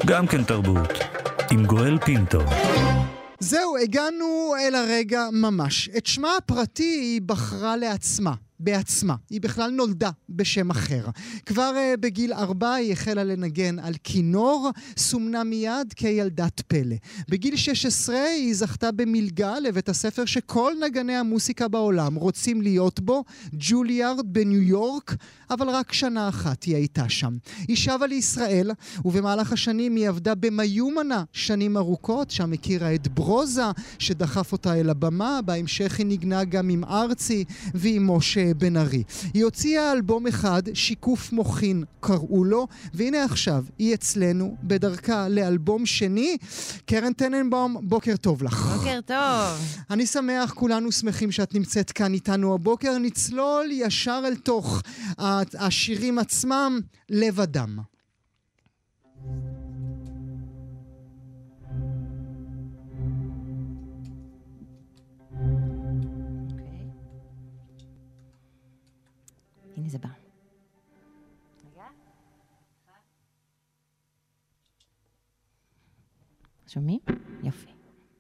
גם כן תרבות, עם גואל פינטו. זהו, הגענו אל הרגע ממש. את שמה הפרטי היא בחרה לעצמה. בעצמה. היא בכלל נולדה בשם אחר. כבר בגיל 4 היא החלה לנגן על כינור, סומנה מיד כילדת פלא. בגיל 16 היא זכתה במלגה לבית הספר שכל נגני המוסיקה בעולם רוצים להיות בו, ג'וליארד בניו יורק, אבל רק שנה אחת היא הייתה שם. היא שבה לישראל, ובמהלך השנים היא עבדה במיומנה שנים ארוכות, שם הכירה את ברוזה, שדחף אותה אל הבמה, בהמשך היא נגנה גם עם ארצי ועם משה בן ארי. היא הוציאה אלבום אחד, שיקוף מוחין קראו לו, והנה עכשיו היא אצלנו בדרכה לאלבום שני. קרן טננבאום, בוקר טוב לך. בוקר טוב. אני שמח, כולנו שמחים שאת נמצאת כאן איתנו הבוקר. נצלול ישר אל תוך השירים עצמם, לב אדם. הנה זה בא. שומעים? יופי.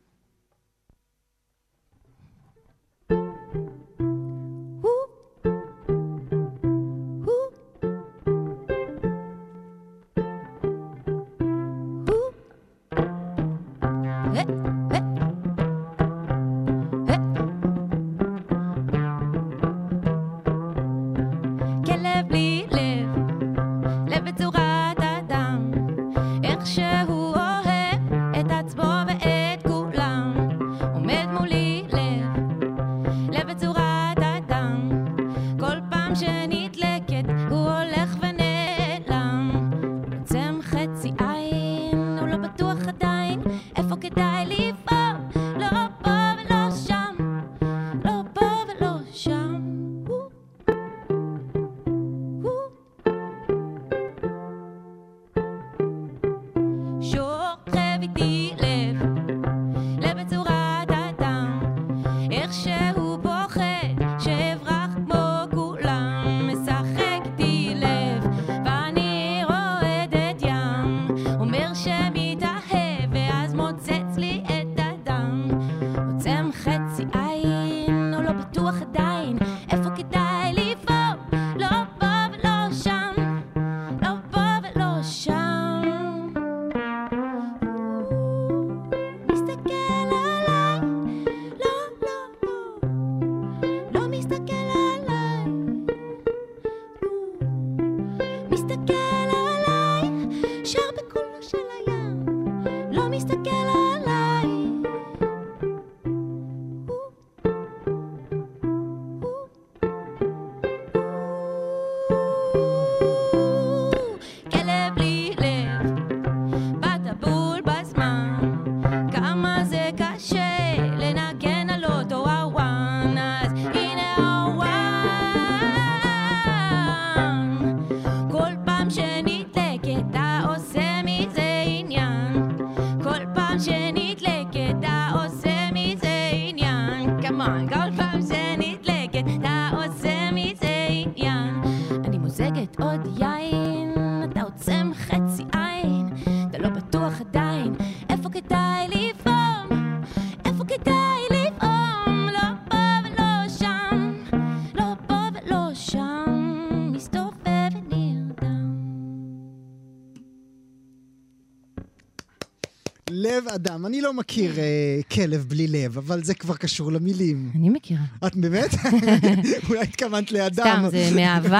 לב אדם. אני לא מכיר כלב בלי לב, אבל זה כבר קשור למילים. אני מכירה. את באמת? אולי התכוונת לאדם. סתם, זה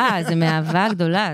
מאהבה גדולה.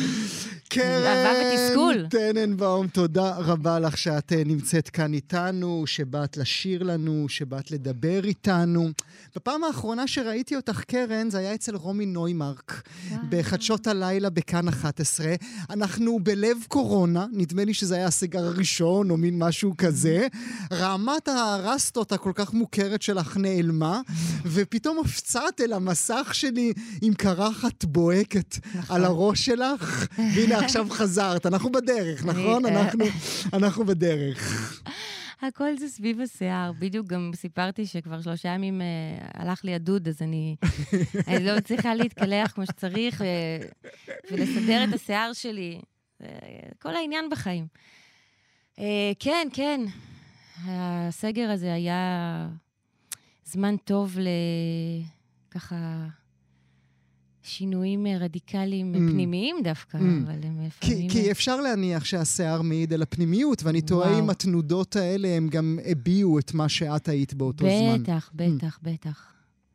קרן טננבאום, תודה רבה לך שאת נמצאת כאן איתנו, שבאת לשיר לנו, שבאת לדבר איתנו. בפעם האחרונה שראיתי אותך, קרן, זה היה אצל רומי נוימרק, בחדשות הלילה בכאן 11. אנחנו בלב קורונה, נדמה לי שזה היה הסגר הראשון, או מין משהו כזה. רעמת הרסטות הכל כך מוכרת שלך נעלמה, ופתאום הפצעת אל המסך שלי עם קרחת בוהקת על הראש שלך, והנה עכשיו חזרת. אנחנו בדרך, נכון? אנחנו בדרך. הכל זה סביב השיער. בדיוק גם סיפרתי שכבר 3 ימים הלך לי הדוד, אז אני לא צריכה להתקלח כמו שצריך, ולסדר את השיער שלי. כל העניין בחיים. כן, כן. הסגר הזה היה זמן טוב לככה שינויים רדיקליים פנימיים דווקא, אבל הם לפעמים... כי אפשר להניח שהשיער מעיד על הפנימיות, ואני תוהה אם התנודות האלה הם גם הביאו את מה שאת היית באותו זמן. בטח, בטח, בטח.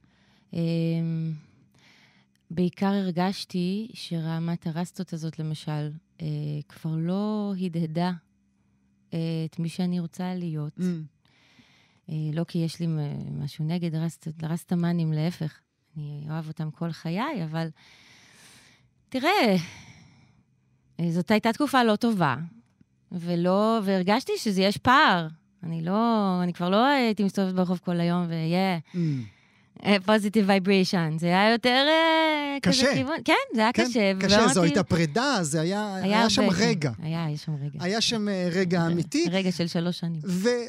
בעיקר הרגשתי שרמת הרסטות הזאת, למשל, כבר לא הדהדה את מי שאני רוצה להיות. לא כי יש לי משהו נגד רסטמנים, להפך. אני אוהב אותם כל חיי, אבל תראה, זאת הייתה תקופה לא טובה, והרגשתי שזה יש פער. אני כבר לא הייתי מסתובבת ברחוב כל היום, positive vibration. זה היה יותר קשה. כזה כיוון. כן, זה היה קשה. קשה, זו הייתה פרידה, זה היה שם רגע. היה שם רגע. היה שם רגע אמיתי. רגע של 3 שנים.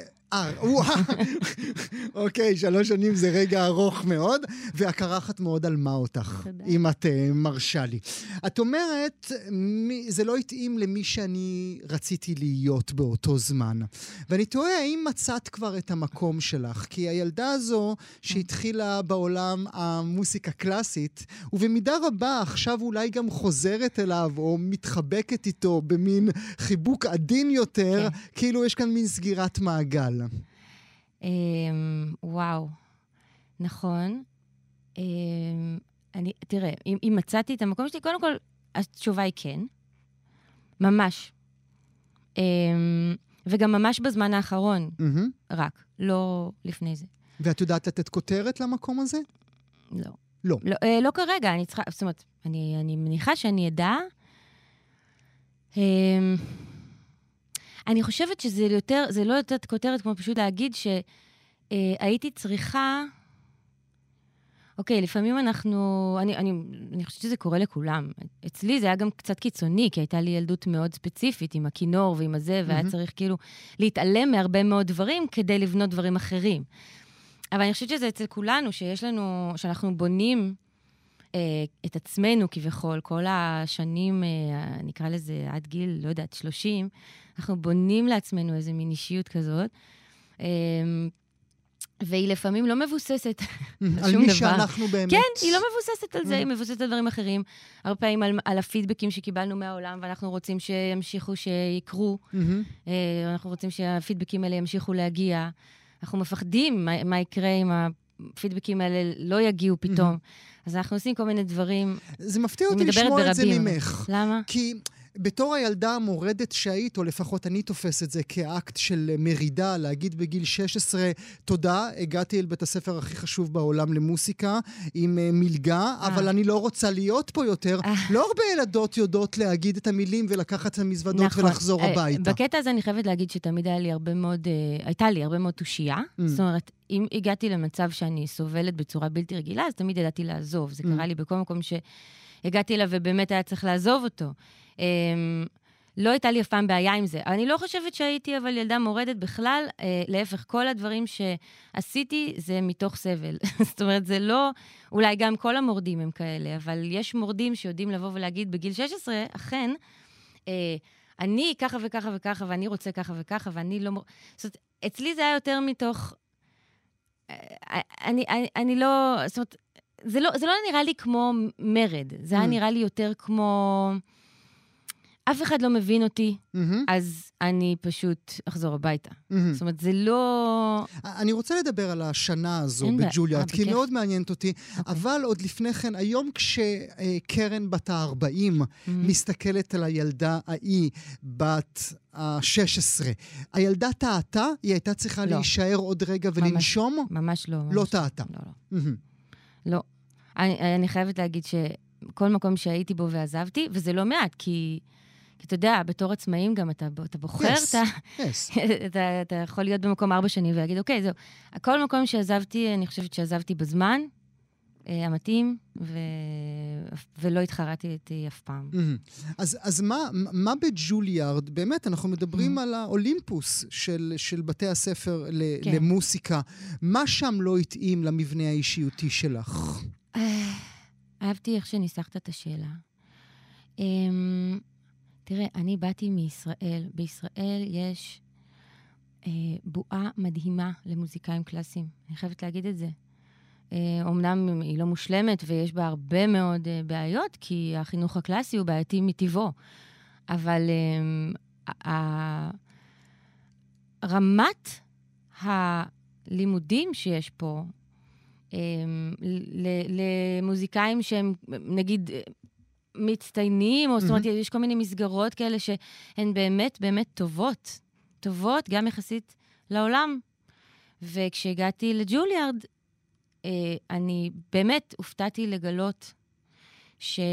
אוקיי, 3 שנים זה רגע ארוך מאוד, והקרחת מאוד עלמה אותך, אם את מרשה לי. את אומרת, זה לא התאים למי שאני רציתי להיות באותו זמן. ואני תוהה, האם מצאת כבר את המקום שלך? כי הילדה הזו שהתחילה בעולם המוסיקה קלאסית, ובמידה רבה עכשיו אולי גם חוזרת אליו, או מתחבקת איתו במין חיבוק עדין יותר, כאילו יש כאן מין סגירת מעגל. וואו, נכון. תראה, אם מצאתי את המקום שלי, קודם כל, התשובה היא כן. ממש. וגם ממש בזמן האחרון, רק, לא לפני זה. ואת יודעת לתת כותרת למקום הזה? לא. לא. לא כרגע, אני צריכה, זאת אומרת, אני מניחה שאני אדע. אני חושבת שזה לא יותר כותרת, כמו פשוט להגיד שהייתי צריכה... אוקיי, לפעמים אני חושבת שזה קורה לכולם. אצלי זה היה גם קצת קיצוני, כי הייתה לי ילדות מאוד ספציפית, עם הכינור ועם הזה, והיה צריך כאילו להתעלם מהרבה מאוד דברים, כדי לבנות דברים אחרים. אבל אני חושבת שזה אצל כולנו, שאנחנו בונים את עצמנו כביכול, כל השנים, נקרא לזה עד גיל, לא יודעת, 30, אנחנו בונים לעצמנו איזו מין אישיות כזאת, והיא לפעמים לא מבוססת על שום דבר. על מי שאנחנו באמת. כן, היא לא מבוססת על זה, היא מבוססת על דברים אחרים. הרבה פעמים על הפידבקים שקיבלנו מהעולם, ואנחנו רוצים שימשיכו, שיקרו. אנחנו רוצים שהפידבקים האלה ימשיכו להגיע. אנחנו מפחדים מה יקרה אם הפידבקים האלה לא יגיעו פתאום. אז אנחנו עושים כל מיני דברים. זה מפתיע אותי לשמוע את זה ממך. למה? כי בתור הילדה המורדת שהיית, או לפחות אני תופס את זה כאקט של מרידה, להגיד בגיל 16, תודה, הגעתי אל בית הספר הכי חשוב בעולם למוסיקה, עם מלגה, אבל אני לא רוצה להיות פה יותר. לא הרבה ילדות יודעות להגיד את המילים ולקחת את המזוודות ולחזור הביתה. בקטע הזה אני חייבת להגיד שתמיד הייתה לי הרבה מאוד תושייה. זאת אומרת, אם הגעתי למצב שאני סובלת בצורה בלתי רגילה, אז תמיד ידעתי לעזוב. זה קרה לי בכל מקום שהגעתי אליו ובאמת היה צריך לעזוב אותו. לא הייתה לי אף פעם בעיה עם זה. אני לא חושבת שהייתי אבל ילדה מורדת בכלל, להפך, כל הדברים שעשיתי זה מתוך סבל. זאת אומרת, זה לא, אולי גם כל המורדים הם כאלה, אבל יש מורדים שיודעים לבוא ולהגיד בגיל 16, אכן, אני ככה וככה וככה, ואני רוצה ככה וככה, ואני לא... זאת אומרת, אצלי זה היה יותר מתוך... אני לא... זאת אומרת, זה לא נראה לי כמו מרד, זה היה נראה לי יותר כמו... אף אחד לא מבין אותי, אז אני פשוט אחזור הביתה. זאת אומרת, זה לא... אני רוצה לדבר על השנה הזו בג'וליארד, כי היא מאוד מעניינת אותי, אבל עוד לפני כן, היום כשקרן בת ה-40 מסתכלת על הילדה ההיא בת ה-16, הילדה טעתה? היא הייתה צריכה להישאר עוד רגע ולנשום? ממש לא. לא טעתה. לא. אני חייבת להגיד שכל מקום שהייתי בו ועזבתי, וזה לא מעט, כי אתה יודע, בתור עצמאים גם אתה בוחר, אתה יכול להיות במקום 4 שנים ולהגיד, אוקיי, זהו. כל מקום שעזבתי, אני חושבת שעזבתי בזמן, המתאים, ולא התחרתי אף פעם. אז מה בג'וליארד? באמת, אנחנו מדברים על האולימפוס של בתי הספר למוסיקה. מה שם לא התאים למבנה האישיותי שלך? אהבתי איך שניסחת את השאלה. תראה, אני באתי מישראל. בישראל יש בועה מדהימה למוזיקאים קלאסיים. אני חייבת להגיד את זה. אומנם היא לא מושלמת ויש בה הרבה מאוד בעיות, כי החינוך הקלאסי הוא בעייתי מטבעו. אבל רמת הלימודים שיש פה, למוזיקאים שהם, נגיד, מצטיינים, או זאת אומרת, יש כל מיני מסגרות כאלה שהן באמת, באמת טובות. טובות, גם יחסית לעולם. וכשהגעתי לג'וליארד, אני באמת הופתעתי לגלות שזה,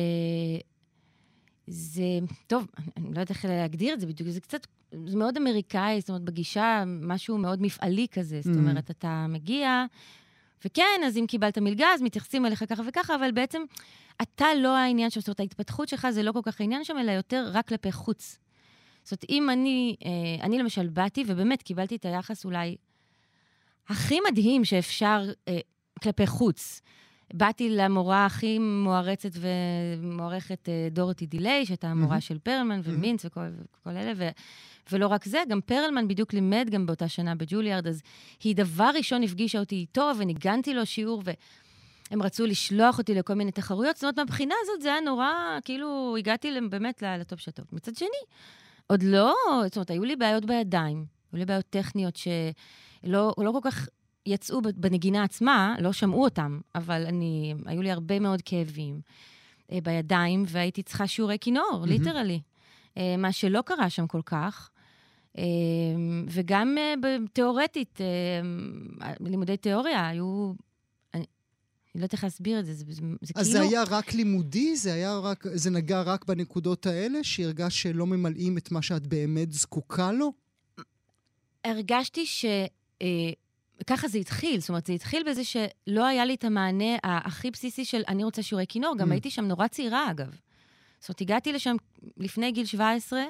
טוב, אני לא יודעת איך להגדיר את זה בדיוק, זה קצת, זה מאוד אמריקאי, זאת אומרת, בגישה, משהו מאוד מפעלי כזה, זאת אומרת, אתה מגיע, וכן, אז אם קיבלת מלגה, אז מתייחסים אליך ככה וככה, אבל בעצם, אתה לא העניין שם, זאת אומרת, ההתפתחות שלך זה לא כל כך העניין שם, אלא יותר רק כלפי חוץ. זאת אומרת, אם אני למשל באתי, ובאמת קיבלתי את היחס אולי הכי מדהים שאפשר כלפי חוץ. באתי למורה הכי מוערצת ומוערכת דורותי דיליי, שהייתה המורה של פרלמן ומינץ וכל אלה, ולא רק זה, גם פרלמן בדיוק לימד גם באותה שנה בג'וליארד, אז היא דבר ראשון הפגישה אותי איתו, וניגנתי לו שיעור, והם רצו לשלוח אותי לכל מיני תחרויות, זאת אומרת, מהבחינה הזאת זה היה נורא, כאילו, הגעתי באמת לטופ של הטופ. מצד שני, עוד לא, זאת אומרת, היו לי בעיות בידיים, היו לי בעיות טכניות שלא כל כך יצאו בנגינה עצמה, לא שמעו אותם, אבל היו לי הרבה מאוד כאבים בידיים, והייתי צריכה שיעורי כינור, ליטרלי. מה שלא קרה שם כל כך. וגם תיאורטית, לימודי תיאוריה היו, אני לא יודעת איך להסביר את זה, זה אז כאילו... זה היה רק לימודי? זה נגע רק בנקודות האלה, שהרגש שלא ממלאים את מה שאת באמת זקוקה לו? הרגשתי ככה זה התחיל, זאת אומרת, זה התחיל בזה שלא היה לי את המענה הכי בסיסי של אני רוצה שיעורי כינור, גם הייתי שם נורא צעירה, אגב. זאת אומרת, הגעתי לשם לפני גיל 17,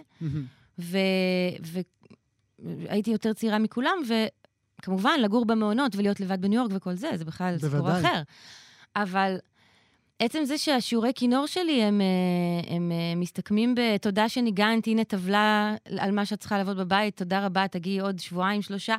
והייתי יותר צעירה מכולם, וכמובן, לגור במעונות ולהיות לבד בניו יורק וכל זה, זה בכלל סיפור אחר. אבל עצם זה שהשיעורי כינור שלי, הם מסתכמים בתודה שניגנת, הנה טבלה על מה שאת צריכה לעבוד בבית, תודה רבה, תגיעי עוד שבועיים, 3.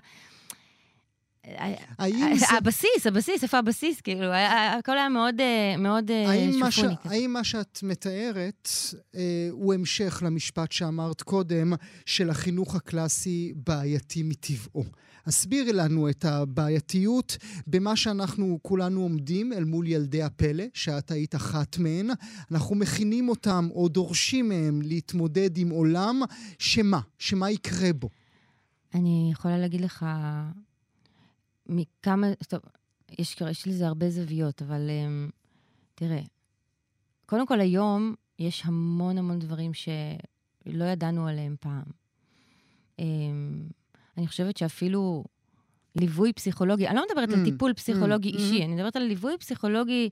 הבסיס, איפה הבסיס? כאילו, הכל היה מאוד שופוני. האם מה שאת מתארת הוא המשך למשפט שאמרת קודם, של החינוך הקלאסי בעייתי מטבעו? הסבירי לנו את הבעייתיות במה שאנחנו כולנו עומדים אל מול ילדי הפלא, שאת היית אחת מהן. אנחנו מכינים אותם או דורשים מהם להתמודד עם עולם שמה יקרה בו? אני יכולה להגיד לך... מכמה, טוב, יש לזה הרבה זוויות, אבל תראה, קודם כל היום יש המון דברים שלא ידענו עליהם פעם. אני חושבת שאפילו ליווי פסיכולוגי, אני לא מדברת על טיפול פסיכולוגי אישי, אני מדברת על ליווי פסיכולוגי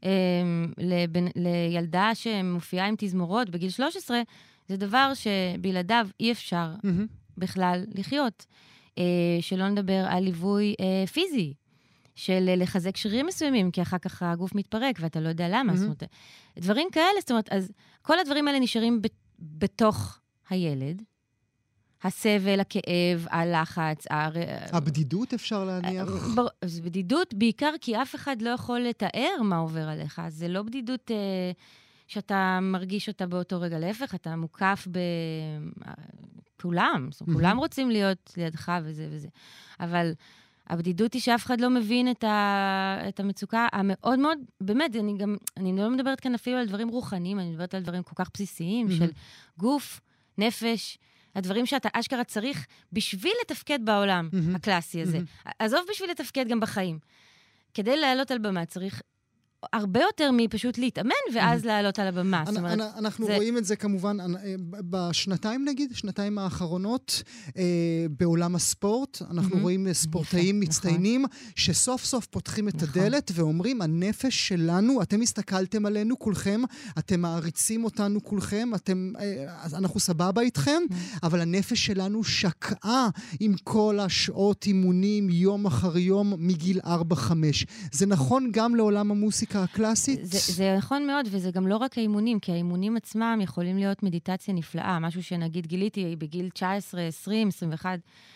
לילדה שמופיעה עם תזמורות בגיל 13, זה דבר שבלעדיו אי אפשר בכלל לחיות. שלא נדבר על ליווי פיזי, של לחזק שרירים מסוימים, כי אחר כך הגוף מתפרק, ואתה לא יודע למה. זאת אומרת, דברים כאלה, זאת אומרת, אז כל הדברים האלה נשארים בתוך הילד. הסבל, הכאב, הלחץ, הבדידות אפשר להניח? אז בדידות, בעיקר כי אף אחד לא יכול לתאר מה עובר עליך. זה לא בדידות שאתה מרגיש אותה באותו רגע. להפך, אתה מוקף כולם, כולם רוצים להיות לידך וזה. אבל הבדידות היא שאף אחד לא מבין את המצוקה המאוד מאוד, באמת, אני לא מדברת כאן אפילו על דברים רוחניים, אני מדברת על דברים כל כך בסיסיים, של גוף, נפש, הדברים שאתה אשכרה צריך בשביל לתפקד בעולם הקלאסי הזה. עזוב בשביל לתפקד גם בחיים. כדי לעלות על במה צריך הרבה יותר מפשוט להתאמן, ואז לעלות על הבמה. אנחנו רואים את זה כמובן בשנתיים, נגיד, שנתיים האחרונות, בעולם הספורט, אנחנו רואים ספורטאים מצטיינים, שסוף סוף פותחים את הדלת, ואומרים, הנפש שלנו, אתם הסתכלתם עלינו כולכם, אתם מעריצים אותנו כולכם, אנחנו סבבה איתכם, אבל הנפש שלנו שקעה עם כל השעות אימונים, יום אחר יום, מגיל 4-5. זה נכון גם לעולם המוסיקה הקלאסית? זה נכון מאוד, וזה גם לא רק האימונים, כי האימונים עצמם יכולים להיות מדיטציה נפלאה, משהו שנגיד גיליתי בגיל 19, 20, 21,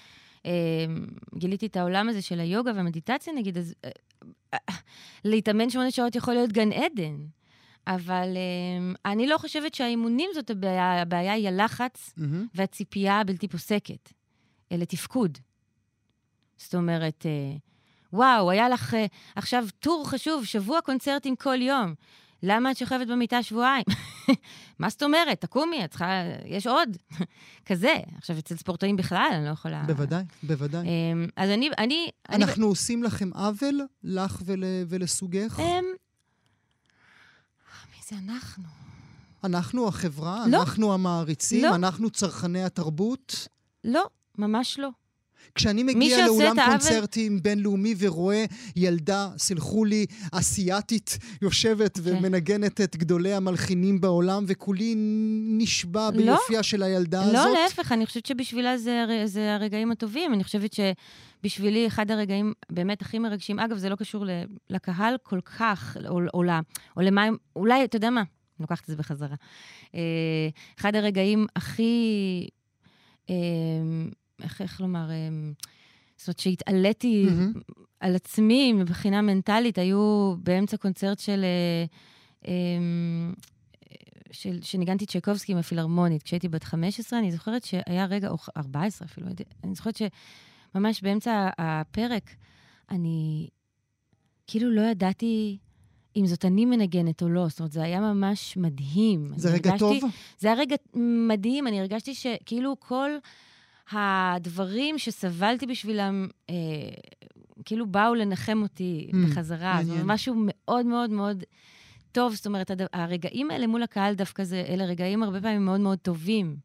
גיליתי את העולם הזה של היוגה והמדיטציה, נגיד, אז להתאמן 8 שעות יכול להיות גן עדן. אבל אני לא חושבת שהאימונים זאת הבעיה, הבעיה היא הלחץ והציפייה הבלתי פוסקת לתפקוד. זאת אומרת, וואו, היה לך עכשיו טור חשוב, שבוע קונצרטים כל יום. למה את שוכבת במיטה שבועיים? מה זאת אומרת? תקומי, את צריכה, יש עוד. כזה. עכשיו, אצל ספורטאים בכלל, אני לא יכולה... בוודאי, בוודאי. אז אנחנו עושים לכם עוול, לך ולסוגך? מי זה אנחנו? אנחנו החברה? לא. אנחנו המעריצים? לא. אנחנו צרכני התרבות? לא, ממש לא. כשאני מגיע לאולם קונצרטים בינלאומי ורואה ילדה, סלחו לי, אסיאתית, יושבת ומנגנת את גדולי המלחינים בעולם, וכולי נשבע ביופייה של הילדה הזאת. לא, להפך, אני חושבת שבשבילה זה הרגעים הטובים. אני חושבת שבשבילי אחד הרגעים באמת הכי מרגשים, אגב, זה לא קשור לקהל כל כך, או למה, אולי, אתה יודע מה? אני לוקחת את זה בחזרה. אחד הרגעים הכי... איך לומר, זאת אומרת שהתעליתי על עצמי מבחינה מנטלית, היו באמצע קונצרט שניגנתי צ'ייקובסקי עם הפילהרמונית, כשהייתי בת 15, אני זוכרת שהיה רגע, או 14 אפילו, אני זוכרת שממש באמצע הפרק, אני כאילו לא ידעתי אם זאת אני מנגנת או לא, זאת אומרת, זה היה ממש מדהים. זה רגע טוב? זה היה רגע מדהים, אני הרגשתי שכאילו כל... הדברים שסבלתי בשבילם, כאילו באו לנחם אותי בחזרה. זה משהו מאוד מאוד מאוד טוב. זאת אומרת, הרגעים האלה מול הקהל דווקא אלה רגעים הרבה פעמים מאוד מאוד טובים.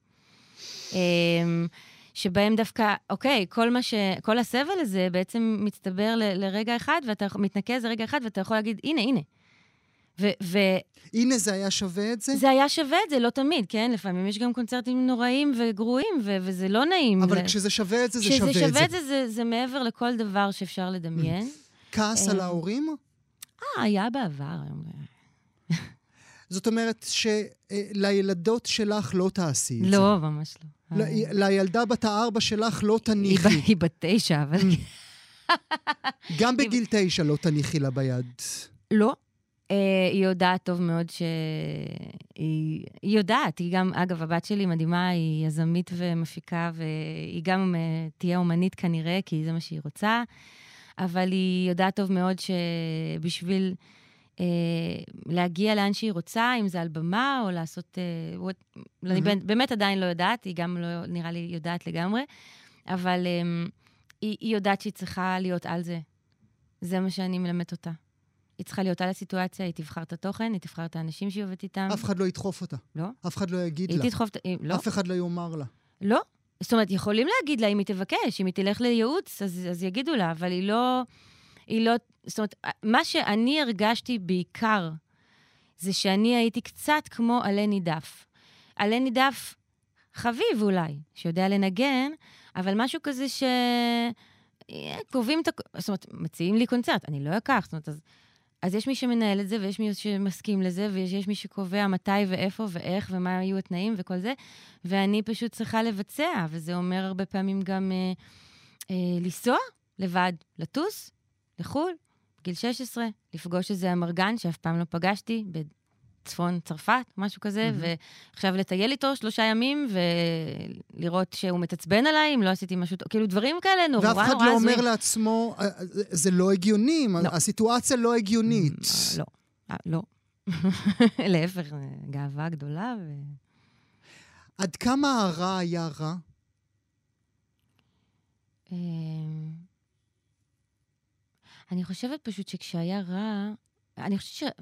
שבהם דווקא, אוקיי, כל הסבל הזה בעצם מצטבר לרגע אחד, ואתה מתנקז לרגע אחד, ואתה יכול להגיד, הנה. הנה זה היה שווה את זה? זה היה שווה את זה, לא תמיד, כן? לפעמים יש גם קונצרטים נוראים וגרועים, וזה לא נעים. אבל כשזה שווה את זה, זה שווה את זה. כשזה שווה את זה, זה מעבר לכל דבר שאפשר לדמיין. כעס על ההורים? היה בעבר. זאת אומרת שלילדות שלך לא תעשי את זה. לא, ממש לא. לילדה בת 4 שלך לא תניחי. היא בת 9, אבל... גם בגיל 9 לא תניחי לה ביד. לא. היא יודעת טוב מאוד היא יודעת, היא גם, אגב, הבת שלי מדהימה, היא יזמית ומפיקה, והיא גם תהיה אומנית כנראה, כי זה מה שהיא רוצה, אבל היא יודעת טוב מאוד שבשביל להגיע לאן שהיא רוצה, אם זה על במה או לעשות... אני באמת עדיין לא יודעת, היא גם לא נראה לי יודעת לגמרי, אבל היא יודעת שהיא צריכה להיות על זה. זה מה שאני מלמדת אותה. היא צריכה להיות על הסיטואציה, היא תבחר את התוכן, היא תבחר את האנשים שהיא עובדת איתם. אף אחד לא ידחוף אותה. לא. אף אחד לא יגיד לה. היא תדחוף... לא. אף אחד לא יאמר לה. לא. זאת אומרת, יכולים להגיד לה אם היא תבקש, אם היא תלך לייעוץ, אז יגידו לה, אבל היא לא... זאת אומרת, מה שאני הרגשתי בעיקר, זה שאני הייתי קצת כמו עלה נידף. עלה נידף חביב אולי, שיודע לנגן, אבל משהו כזה קובעים את... זאת אומרת, מציעים לי קונצרט, אני לא אקח, זאת אומרת, אז יש מי שמנהל את זה, ויש מי שמסכים לזה, ויש מי שקובע מתי ואיפה ואיך, ומה היו התנאים וכל זה, ואני פשוט צריכה לבצע, וזה אומר הרבה פעמים גם לנסוע לבד, לטוס, לחול, בגיל 16, לפגוש איזה אמרגן שאף פעם לא פגשתי, בצפון צרפת, משהו כזה, ועכשיו לטייל איתו 3 ימים, ולראות שהוא מתעצבן עליי, אם לא עשיתי משהו, כאילו דברים כאלה נורא נורא. ואף אחד לא אומר לעצמו, זה לא הגיוני, הסיטואציה לא הגיונית. לא. להפך, גאווה גדולה. עד כמה הרע היה רע? אני חושבת פשוט שכשהיה רע, אני חושבת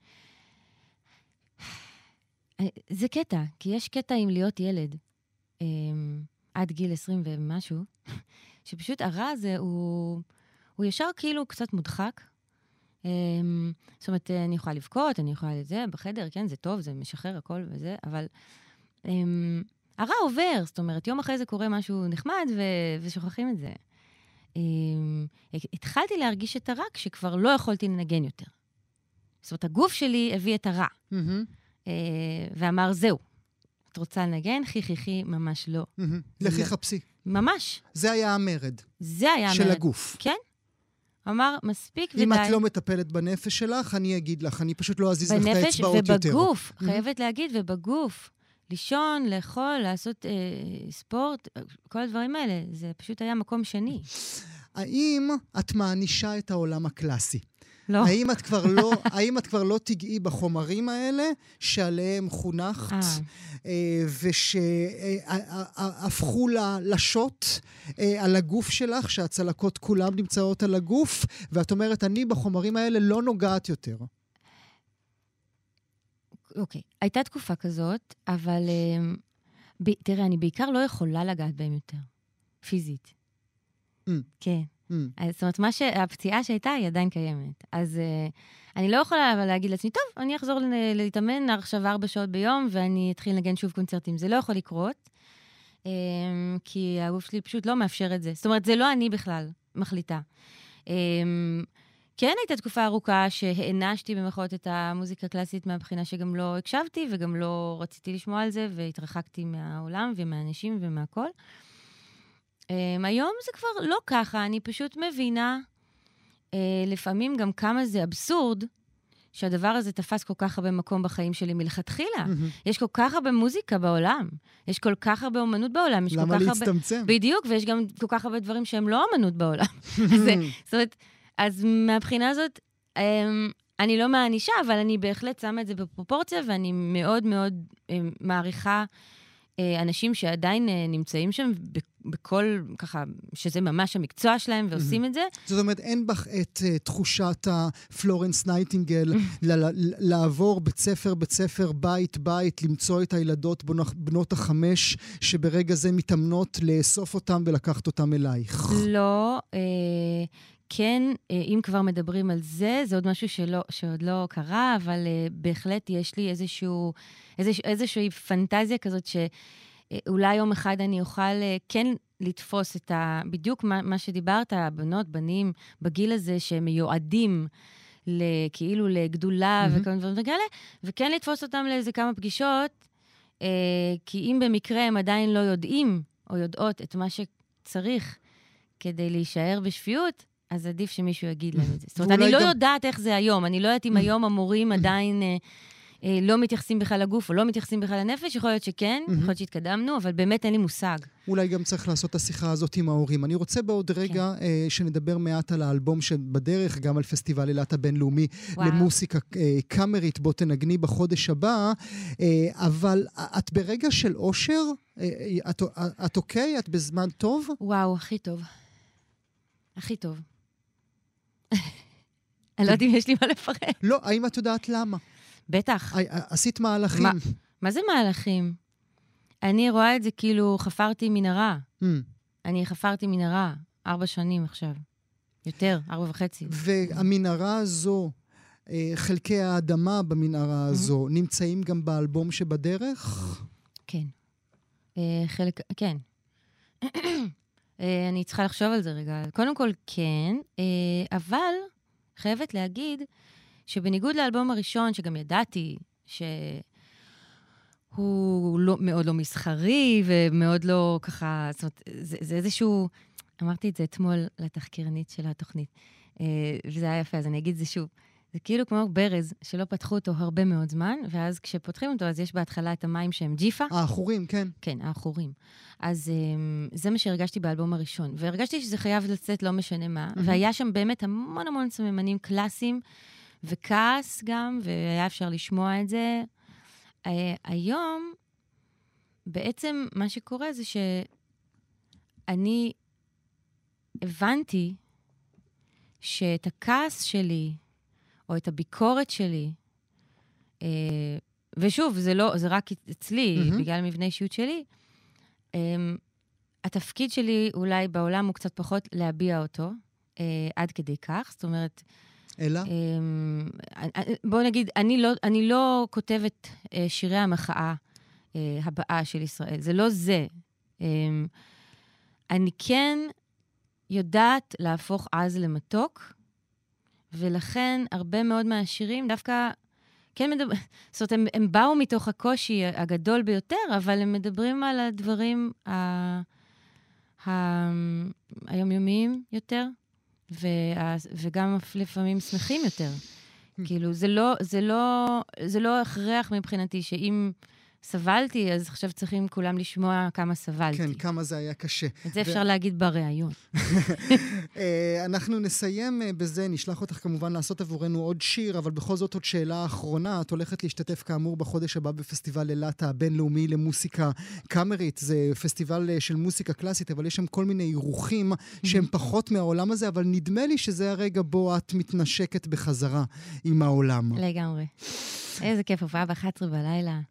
זה קטע, כי יש קטע עם להיות ילד, עד גיל 20 ומשהו, שפשוט הרע הזה הוא ישר כאילו קצת מודחק. זאת אומרת, אני יכולה לבכות, אני יכולה לזה, בחדר, כן, זה טוב, זה משחרר הכל וזה, אבל הרע עובר, זאת אומרת, יום אחרי זה קורה משהו נחמד ושוכחים את זה. התחלתי להרגיש את הרע כשכבר לא יכולתי לנגן יותר. זאת אומרת, הגוף שלי הביא את הרע. ואמר, זהו, את רוצה לנגן? חי, ממש לא. לכי חפשי. ממש. זה היה המרד. זה היה של המרד. הגוף. כן. אמר, מספיק ודי. אם את לא מטפלת בנפש שלך, אני אגיד לך, אני פשוט לא אזיז לך את האצבעות יותר. בנפש ובגוף, חייבת להגיד, ובגוף. לישון, לאכול, לעשות ספורט, כל הדברים האלה, זה פשוט היה מקום שני. האם את מענישה את העולם הקלאסי? לא. האם את כבר לא תגעי בחומרים האלה שעליהם חונכת, ושהפכו לשוט על הגוף שלך, שהצלקות כולם נמצאות על הגוף, ואת אומרת, אני בחומרים האלה לא נוגעת יותר. אוקיי, הייתה תקופה כזאת, אבל תראה, אני בעיקר לא יכולה לגעת בהם יותר, פיזית. כן. זאת אומרת, הפציעה שהייתה היא עדיין קיימת. אז אני לא יכולה להגיד לעצמי, טוב, אני אחזור להתאמן עכשיו 4 שעות ביום, ואני אתחיל לנגן שוב קונצרטים. זה לא יכול לקרות, כי הגוף שלי פשוט לא מאפשר את זה. זאת אומרת, זה לא אני בכלל מחליטה. כן, הייתה תקופה ארוכה שהענשתי במחאות את המוזיקה הקלאסית מהבחינה שגם לא הקשבתי, וגם לא רציתי לשמוע על זה, והתרחקתי מהעולם ומהאנשים ומהכל. היום זה כבר לא ככה, אני פשוט מבינה לפעמים גם כמה זה אבסורד, שהדבר הזה תפס כל כך הרבה מקום בחיים שלי מלכתחילה. יש כל כך הרבה מוזיקה בעולם, יש כל כך הרבה אומנות בעולם. למה להצטמצם? בדיוק, ויש גם כל כך הרבה דברים שהם לא אומנות בעולם. זאת אומרת, אז מהבחינה הזאת, אני לא מענישה, אבל אני בהחלט שמה את זה בפרופורציה, ואני מאוד מאוד מעריכה אנשים שעדיין נמצאים שם בכל, ככה, שזה ממש המקצוע שלהם ועושים את זה. זאת אומרת, אין בך את תחושת הפלורנס נייטינגל, לעבור בית ספר, בית, למצוא את הילדות בנות 5, שברגע זה מתאמנות לאסוף אותם ולקחת אותם אלייך. לא, כן, אם כבר מדברים על זה, זה עוד משהו שעוד לא קרה, אבל בהחלט יש לי איזושהי פנטזיה כזאת שאולי יום אחד אני אוכל כן לתפוס את בדיוק מה שדיברת, הבנות, בנים, בגיל הזה שהם מיועדים כאילו לגדולה וכל דברים וכאלה, וכן לתפוס אותם לאיזה כמה פגישות, כי אם במקרה הם עדיין לא יודעים או יודעות את מה שצריך כדי להישאר בשפיות, אז עדיף שמישהו יגיד להם את זה. זאת אומרת, אני לא יודעת איך זה היום. אני לא יודעת אם היום המורים עדיין לא מתייחסים בכלל לגוף, או לא מתייחסים בכלל לנפש. יכול להיות שכן, יכול להיות שהתקדמנו, אבל באמת אין לי מושג. אולי גם צריך לעשות את השיחה הזאת עם ההורים. אני רוצה בעוד רגע שנדבר מעט על האלבום שבדרך, גם על פסטיבל אילת הבינלאומי למוסיקה קאמרית, בוא תנגני בחודש הבא, אבל את ברגע של אושר? את אוקיי? את בזמן טוב? וואו, הכי טוב. הכי טוב. אני לא יודעת אם יש לי מה לפרט. לא, האם את יודעת למה? בטח. עשית מהלכים. מה זה מהלכים? אני רואה את זה כאילו חפרתי מנהרה. אני חפרתי מנהרה 4 שנים עכשיו. יותר, 4.5. והמנהרה הזו, חלקי האדמה במנהרה הזו, נמצאים גם באלבום שבדרך? כן. כן. אני צריכה לחשוב על זה רגע. קודם כל, כן, אבל חייבת להגיד שבניגוד לאלבום הראשון, שגם ידעתי שהוא מאוד לא מסחרי, ומאוד לא ככה, זאת אומרת, זה איזשהו, אמרתי את זה אתמול לתחקירנית של התוכנית, וזה היה יפה, אז אני אגיד זה שוב. זה כאילו כמו ברז, שלא פתחו אותו הרבה מאוד זמן, ואז כשפותחים אותו, אז יש בהתחלה את המים שהם ג'יפה. האחורים, כן. כן, האחורים. אז זה מה שהרגשתי באלבום הראשון. והרגשתי שזה חייב לצאת לא משנה מה, והיה שם באמת המון המון סממנים קלאסיים, וכעס גם, והיה אפשר לשמוע את זה. היום, בעצם מה שקורה זה שאני הבנתי שאת הכעס שלי, או את הביקורת שלי, ושוב, זה רק אצלי, בגלל מבנה אישיות שלי, התפקיד שלי אולי בעולם הוא קצת פחות להביע אותו, עד כדי כך, זאת אומרת... אלא? בואו נגיד, אני לא כותבת שירי המחאה הבאה של ישראל, זה לא זה. אני כן יודעת להפוך עז למתוק, ולכן הרבה מאוד מהשירים דווקא, כן זאת אומרת, הם באו מתוך הקושי הגדול ביותר, אבל הם מדברים על הדברים היומיומיים יותר, וגם לפעמים שמחים יותר. כאילו, זה לא הכרח מבחינתי שאם סבלתי, אז עכשיו צריכים כולם לשמוע כמה סבלתי. כן, כמה זה היה קשה. את זה אפשר להגיד בראיון. אנחנו נסיים בזה, נשלח אותך כמובן לעשות עבורנו עוד שיר, אבל בכל זאת עוד שאלה אחרונה. את הולכת להשתתף כאמור בחודש הבא בפסטיבל אילת הבינלאומי למוסיקה קאמרית. זה פסטיבל של מוסיקה קלאסית, אבל יש שם כל מיני אירוחים שהם פחות מהעולם הזה, אבל נדמה לי שזה הרגע בו את מתנשקת בחזרה עם העולם. לגמרי. איזה כיף, הופעה ב-11 בלילה.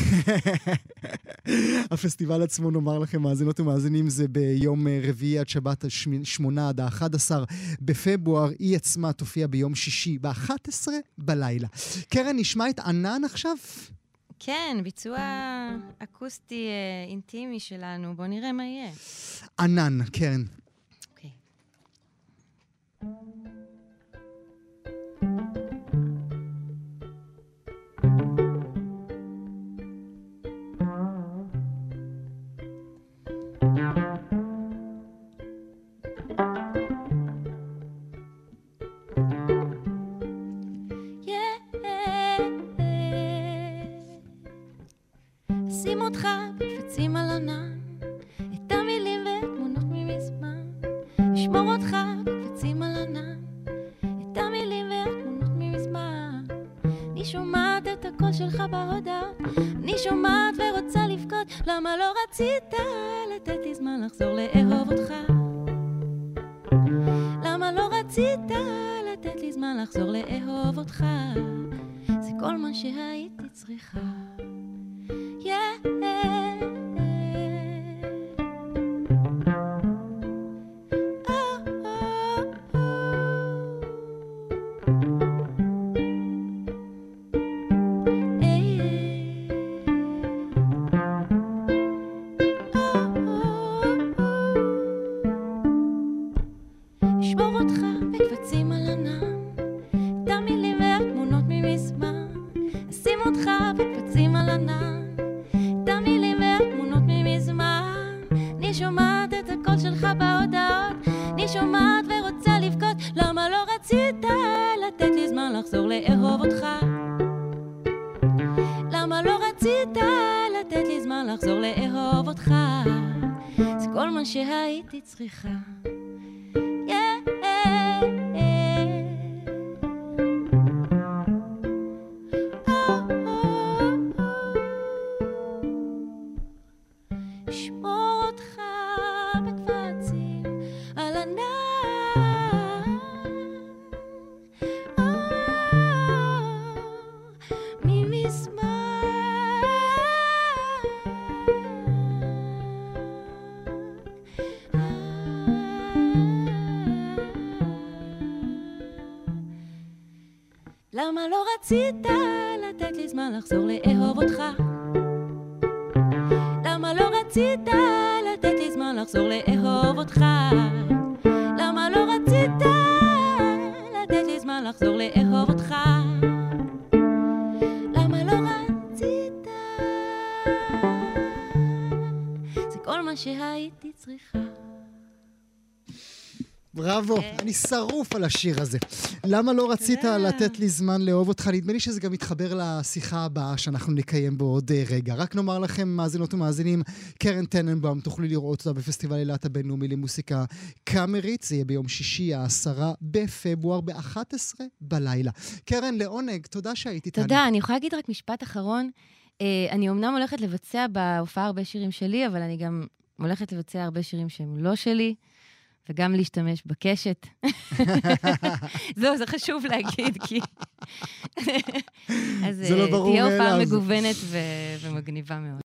הפסטיבל עצמו, נאמר לכם, מאזינות ומאזינים, זה ביום רביעי עד שבת 8 עד 11 בפברואר. היא עצמה תופיע ביום שישי ב-11 בלילה. קרן, נשמע את ענן עכשיו? כן, ביצוע אקוסטי אינטימי שלנו. בוא נראה מה יהיה. ענן, קרן. אוקיי. שים אותך בקבצים על ענן, את המילים ותמונות ממזמן. אשמור אותך בקבצים על ענן, את המילים ותמונות ממזמן. אני שומעת את הקול שלך בהודעות, אני שומעת ורוצה לבכות. למה לא רצית לתת לי זמן לחזור לאהוב אותך? למה לא רצית לתת לי זמן לחזור לאהוב אותך? זה כל מה שהייתי צריכה. אשמור אותך בקבצים על ענן, את המילים והתמונות ממזמן. אשים אותך בקבצים על ענן, את המילים והתמונות ממזמן. אני שומעת את הקול שלך בהודעות, אני שומעת ורוצה לבכות. למה לא רצית לתת לי זמן לחזור לאהוב אותך? למה לא רצית לתת לי זמן לחזור לאהוב אותך? זה כל מה שהייתי צריכה. אשמור אותך בקבצים על ענן, ממזמן. למה לא רצית לתת לי זמן לחזור לאהוב אותך? למה לא רצית לתת לי זמן לחזור לאהוב אותך? למה לא רצית לתת לי זמן לחזור לאהוב אותך? למה לא רצית? זה כל מה שהייתי צריכה. בראבו, אני שרוף על השיר הזה. למה לא רצית לתת לי זמן לאהוב אותך? נדמה לי שזה גם מתחבר לשיחה הבאה שאנחנו נקיים בו עוד רגע. רק נאמר לכם, מאזינות ומאזינים, קרן טננבאום, תוכלו לראות אותה בפסטיבל אילת הבינלאומי למוסיקה קאמרית. זה יהיה ביום שישי, 10 בפברואר, ב-11 בלילה. קרן, לעונג, תודה שהייתי איתנו. תודה, אני יכולה להגיד רק משפט אחרון. אני אומנם הולכת לבצע בהופעה הרבה שירים שלי, אבל אני גם הולכת לבצע הרבה שירים שהם לא שלי. וגם להשתמש בקשת. זהו, זה חשוב להגיד, כי... אז תהיה הופעה מגוונת ומגניבה מאוד.